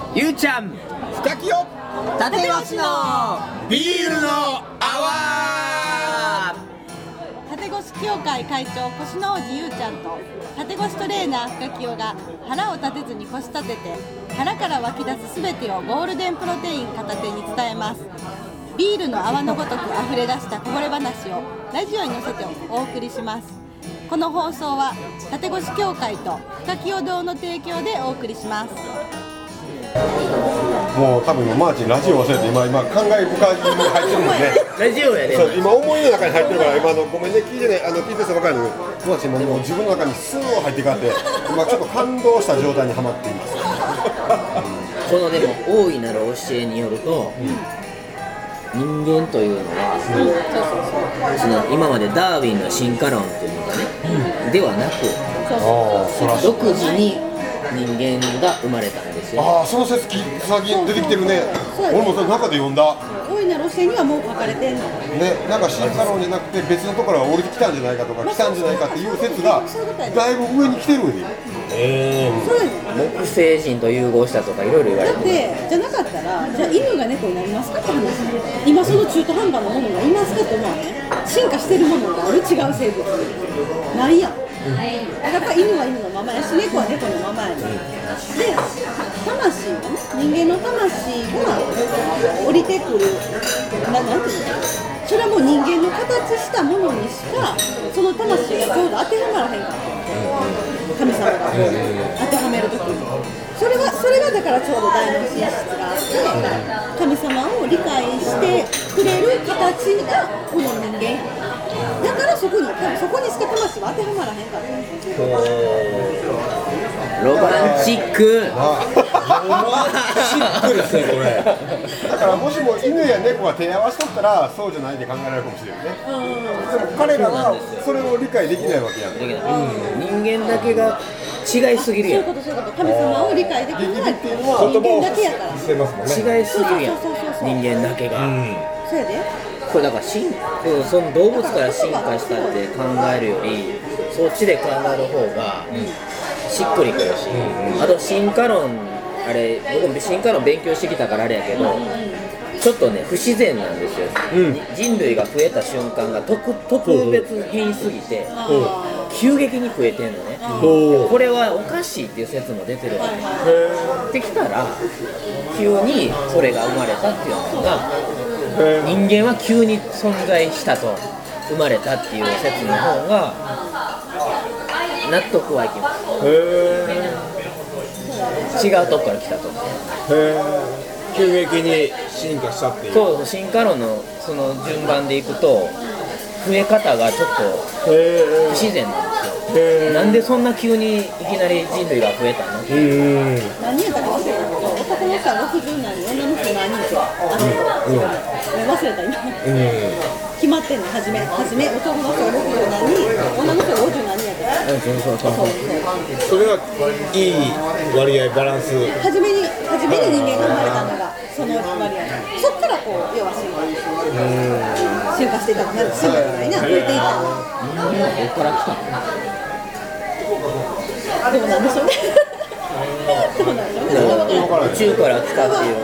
ゆうちゃん、 深きよ立越のビールの泡。 立越協会会長腰の王子ゆうちゃんと立越トレーナー深清が腹を立てずに腰立てて腹から湧き出すすべてをゴールデンプロテイン片手に伝えます。ビールの泡のごとく溢れ出したこぼれ話をラジオに乗せてお送りします。この放送は立越協会と深清堂の提供でお送りします。 もう多分マーチンラジオ忘れて今感慨深いに入ってるもんね。 ラジオやね。 そう今思いの中に入ってるから今ごめんね聞いてね聞いてたばかりのマーチンも自分の中にスーッ入っていかって今ちょっと感動した状態にはまっています。 このでも大いなる教えによると、人間というのは、その今までダーウィンの進化論っていうのがね、ではなく独自に人間が生まれたんですよ。 ああその説最近出てきてるね。俺もその中で読んだ。 大いなる教えにはもう書かれてんのね、なんか進化論じゃなくて別のところから降りてきたんじゃないかとか来たんじゃないかっていう説がだいぶ上に来てるんで。 そうやね。 木星人と融合したとかいろいろ言われだてってじゃなかったらじゃあ犬が猫になりますかって話。今その中途半端なものがいますかって思わね。進化してるものがある違う生物ないやん。やっぱ犬は犬のままやし猫は猫のままやね。で魂がね人間の魂が降りてくるなんていうのそれはもう人間の形したものにしかその魂がちょうど当てはまらへんかった神様が当てはめるときにそれがだからちょうど大の進出があって神様を理解してくれる形がこの人間だからそこにしか魂は当てはまらへんかったロマンチック。 シックですねこれ。 だからもしも犬や猫が手合わせとったらそうじゃないって考えられるかもしれないね。でも彼らはそれを理解できないわけやん。 人間だけが違いすぎるやん。 そういうこと神様を理解できるのは人間だけやからしてますもんね。 違いすぎるやん。人間だけが。 そうやでこれだからその動物から進化したって考えるよりそっちで考える方がしっくりくるし、あと進化論あれ僕も進化論勉強してきたからあれやけどちょっとね不自然なんですよ、人類が増えた瞬間が特別変異すぎて急激に増えてんのね、これはおかしいっていう説も出てるわけできたら急にそれが生まれたっていうのが人間は急に存在したと生まれたっていう説の方が納得はいきます。違うとこから来たと。 急激に進化したっていう。 そう進化論のその順番でいくと増え方がちょっと不自然なんですよ。なんでそんな急にいきなり人類が増えたの？ 何やったか忘れたけど男の人は60何人女の人何人って忘れた今決まってんの初め男の人は60何人女の人は50何人やったそれはいい割合バランス。 初めに人間が生まれたのがその割合そっからこう要は進化していったのが進化じゃないな増えていったのどこから来たの？ でもなんでしょうね宇宙から来たっていう、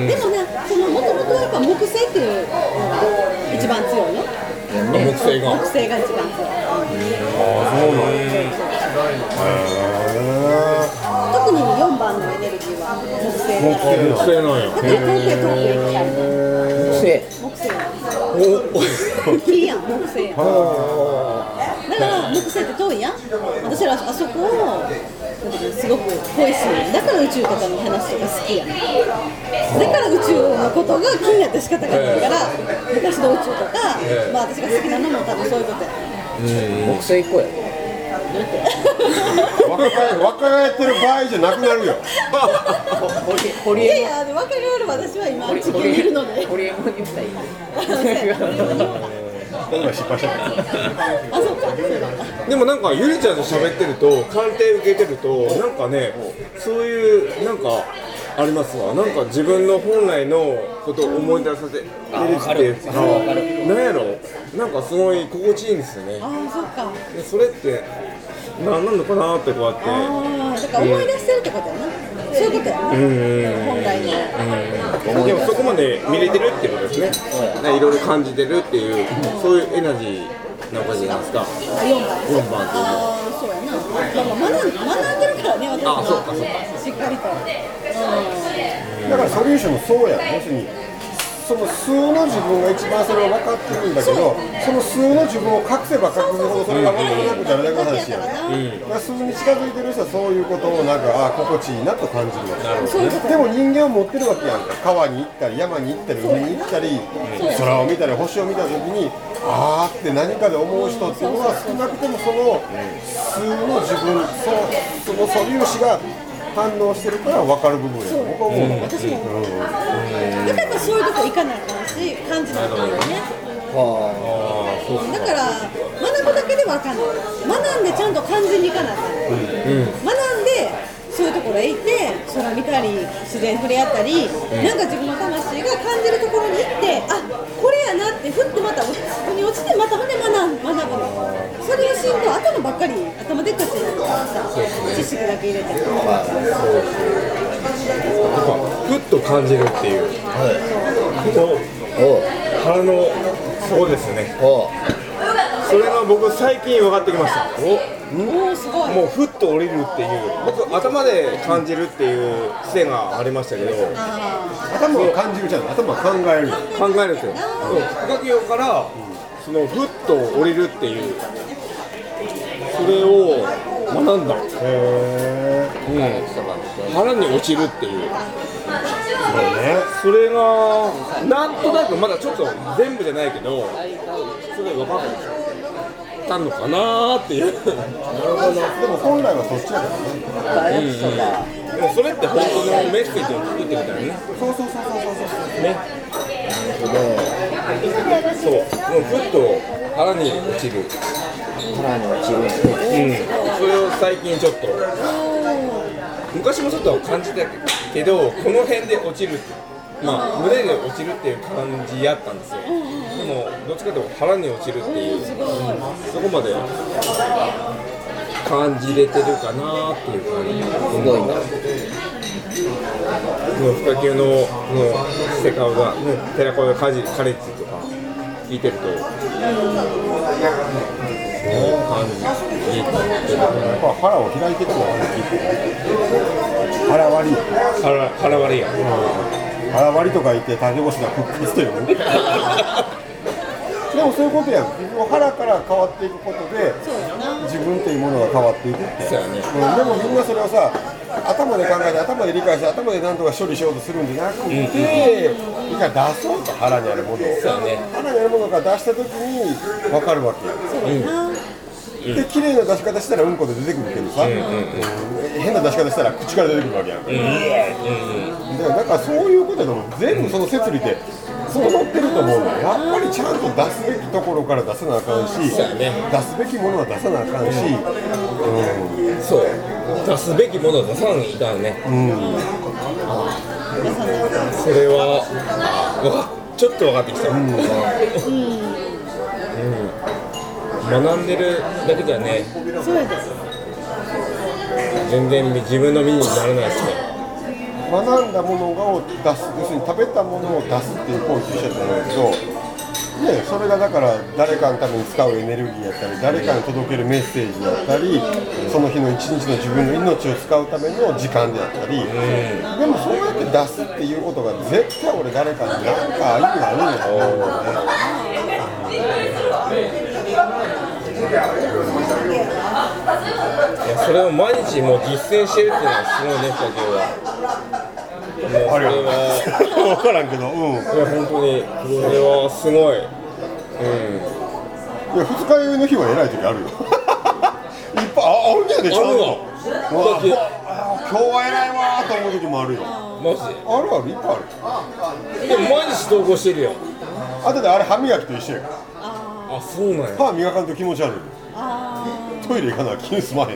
でもねそのもともとやっぱ木星っていうのが一番強いの木星が一番強い特に4番のエネルギーは木星木星なんや。 だから遠くへ行ったり木星木やん木星やんだから木星って遠いやん私らあそこをすごく恋しいだから宇宙とかの話とか好きやんだから宇宙のことが気になって仕方がないから昔の宇宙とか、私が好きなのも多分そういうことや木星行こうや。 若返ってる場合じゃなくなるよ。 堀江いやいや若返る私は今地球にいるので堀江も言ったらいい失敗したあ、そうかそうなんだでもなんかゆりちゃんと喋ってると鑑定受けてるとなんかねそういうなんかありますわ。なんか自分の本来のことを思い出させてるってなんやろなんかすごい心地いいんですよね。 あ、そっかでそれって何なのかなってこうやってだから思い出してるってことやな、 そういうことやね、本来の。 でもそこまで見れてるってことですね。いろいろ感じてるっていう、そういうエナジーな感じなんですか。4番っていうのは。 そうやな、まあ、学んでるからね、私は。 そうかしっかりと。 だからソリューションもそうやん。要するにその数の自分が一番それを分かってるんだけど、その数の自分を隠せば隠すほどそれが分からなくなるだけの話やん。だから数に近づいてる人はそういうことをなんか心地いいなと感じるわけ。でも人間を持ってるわけやんか。川に行ったり山に行ったり海に行ったり空を見たり星を見た時にあーって何かで思う人っていうのは少なくてもその数の自分、その素粒子が反応してるから分かる部分や。僕は思う。 私も。だからそういうとこ行かないかんし、感じないかんよね。だから学ぶだけではあかんない。学んでちゃんと感じに行かなあかんない。学んでそういうところへ行って空見たり自然触れ合ったり、なんか自分の魂が感じるところに行って、あ、これやなってふっとまたそこに落ちてまたほんで学ぶの。それをしんと頭ばっかり頭でっかちになるからさ、知識だけ入れて。 ふっと感じるっていう。腹のそうですね。それが僕最近分かってきました。 すごい。 もうふっと降りるっていう、僕頭で感じるっていう癖がありましたけど、 頭を感じるじゃん。頭は考える。 考えるんですよ。副業からそのふっと降りるっていう、それを学んだ。腹に落ちるっていう。それがなんとなくまだちょっと全部じゃないけど、それ分かったのかなーっていう。 でも本来はそっちやからね。 でもそれって本当のメッセージを作ってみたいなね。 そうね。 そう、もうふっと腹に落ちる。それを最近ちょっと、昔もちょっと感じたけど、この辺で落ちるって、まあ胸で落ちるっていう感じやったんですよ。でもどっちかというと腹に落ちるっていう、そこまで感じれてるかなっていう感じ。 すごいな。 深級のセカオが、寺子屋カレッジとか聞いてると、感じてる。 やっぱ腹を開いてるのは腹割り。 腹割りや。 腹割りとか言って種干しが復活というね。でもそういうことやん。腹から変わっていくことで自分というものが変わっていくって。 そうやね。 でもみんなそれをさ、頭で考えて頭で理解して頭で何とか処理しようとするんじゃなくて、いか出そうと腹にあるものを、腹にあるものから出したときに分かるわけや。で綺麗な出し方したらうんこで出てくるけどさ、変な出し方したら口から出てくるわけやん。だからそういうことでも全部その摂理って整ってると思うのよ。やっぱりちゃんと出すべきところから出さなあかんし、出すべきものは出さなあかんし、 そう出すべきものを出さないかんね。それはちょっと分かってきた。学んでるだけじゃね、全然自分の身にならないですね。 学んだものを出す、要するに食べたものを出すっていう行為と一緒だと思うんだけど、ね、それがだから誰かのために使うエネルギーやったり、誰かに届けるメッセージだったり、その日の一日の自分の命を使うための時間であったり、でもそうやって出すっていうことが絶対俺誰かに何か意味があるんだと思うんだよね。 いやそれを毎日もう実践してるっていうのはすごいね、深京は。もうそれは分からんけど、 いや本当にこれはすごい。 いや二日酔いの日は偉い時あるよ。いっぱいあるんやで、ちゃんと。今日は偉いわーと思う時もあるよ。 マジで？ あるある、いっぱいある。 でも毎日投稿してるよ。 あとであれ歯磨きと一緒や。 あ、そうなんや。 歯磨かんと気持ち悪い。トイレ行かな気に済まへん。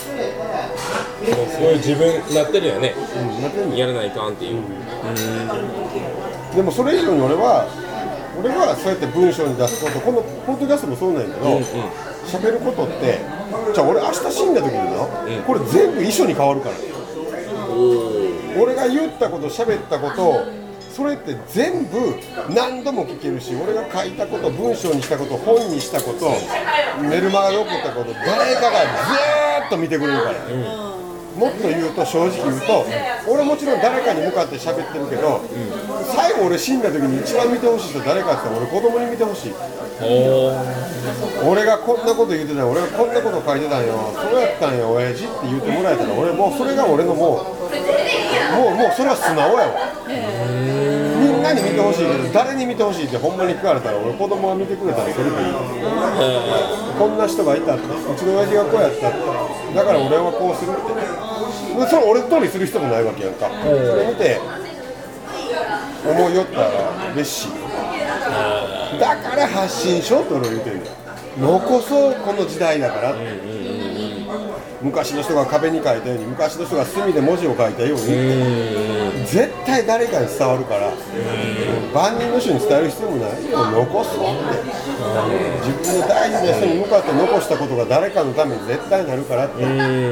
そういう自分なってるよね。やらないかんっていう。 でもそれ以上に俺はそうやって文章に出すこと、このポッドキャストもそうなんやけど、喋ることって、じゃあ俺明日死んだ時にな、これ全部遺書に変わるから。 俺が言ったこと喋ったことそれって全部何度も聞けるし、俺が書いたこと文章にしたこと本にしたことメルマガで送ったこと誰かがずーっと見てくれるから、もっと言うと正直言うと俺もちろん誰かに向かって喋ってるけど、最後俺死んだ時に一番見てほしい人誰かって言ったら俺子供に見てほしい。俺がこんなこと言ってたよ、俺がこんなこと書いてたんよ、そうやったんよ親父って言ってもらえたら俺もうそれが俺のもうそれは素直やわ。みんなに見てほしいけど誰に見てほしいってほんまに聞かれたら俺子供が見てくれたらそれでいい。こんな人がいたって、うちの親父がこうやったって、だから俺はこうするって、それ俺通りする人もないわけやんか。それ見て思いよったら嬉しい。だから発信しようって俺は言うてるんだよ。残そうこの時代だからって、昔の人が壁に書いたように、昔の人が墨で文字を書いたようにって絶対誰かに伝わるから、万人の人に伝える必要もないよ。残そうって、自分の大事な人に向かって残したことが誰かのために絶対なるからって。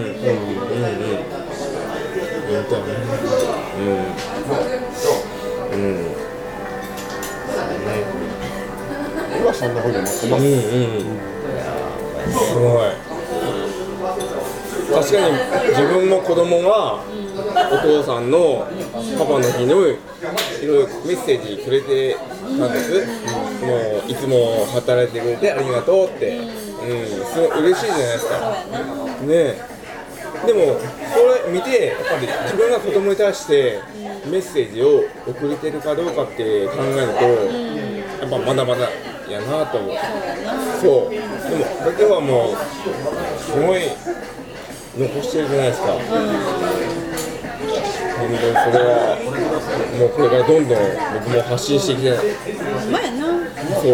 俺はそんなふうに思ってます。 すごい。確かに自分も子供がお父さんのパパの日にいろいろメッセージくれてたんです。もういつも働いてくれてありがとうって、すごい嬉しいじゃないですか。ね。でもそれ見てやっぱり自分が子供に対してメッセージを送れてるかどうかって考えると、やっぱまだまだやなと思う。そう。でもだけはもうすごい残してるじゃないですか。本当にそれはもうこれからどんどん僕も発信していきたい。そう。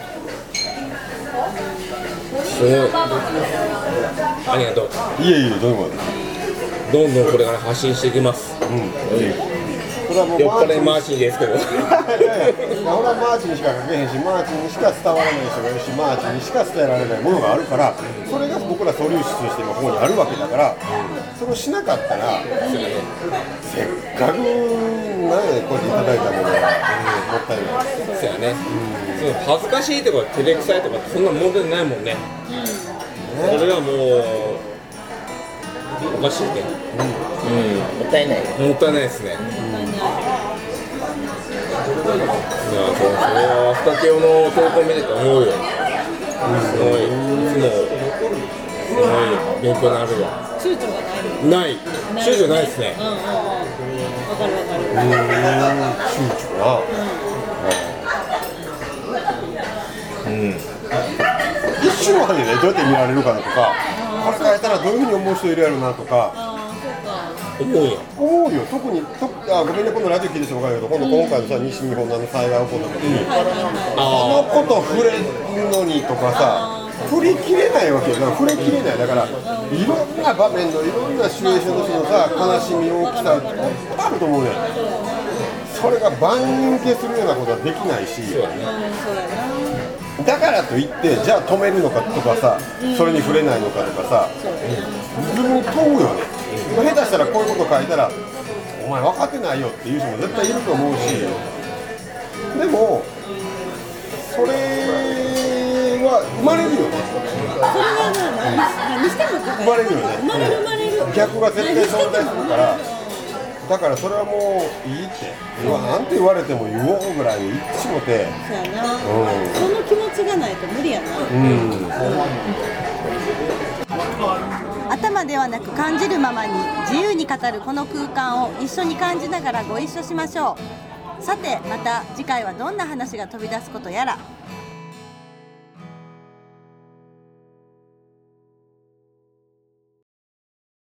すごい。ありがとう。 いえいえ、どうも。 どんどんこれから発信していきます。酔っ払いマーチンですけど。 俺はマーチにしか書けへんし、マーチにしか伝わらない人がいるし、マーチにしか伝えられないものがあるから、それが僕ら素粒子としての方にあるわけだから、それをしなかったら、せっかくこうやっていただいたものがもったいない。 そうやね。恥ずかしいとか照れくさいとかそんな問題ないもんね。それはもうおかしいね。 もったいない。 もったいないですね。いや、それはアフタケオの投稿見てて思うよ。すごい、いつもすごい勉強になるわ。 躊躇がない。 ない。躊躇ないですね。 わかるわかる。 躊躇な。一瞬はね、どうやって見られるかなとか、これ書いたらどういうふうに思う人いるやろなとか。 思うよ。 特にごめんね、このラジオ聞いてても分かるけど、今回のさ、西日本の災害起こった時に、あのこと触れるのにとかさ、触れきれないわけよ。触れきれない。だから、いろんな場面のいろんなシチュエーションの人のさ、悲しみ、大きさ、いっぱいあると思うねん。それが万人受けするようなことはできないし、だからといって、じゃあ止めるのかとかさ、それに触れないのかとかさ、自分に問うよね。下手したらこういうこと書いたらお前分かってないよっていう人も絶対いると思うし、でもそれは生まれるよね。 それは何しても生まれるよね。 生まれる。 逆が絶対存在するから、だからそれはもういいって、なんて言われても言おうぐらいに言ってしもて、 そうやな、その気持ちがないと無理やな。 頭ではなく感じるままに自由に語るこの空間を一緒に感じながらご一緒しましょう。さてまた次回はどんな話が飛び出すことやら。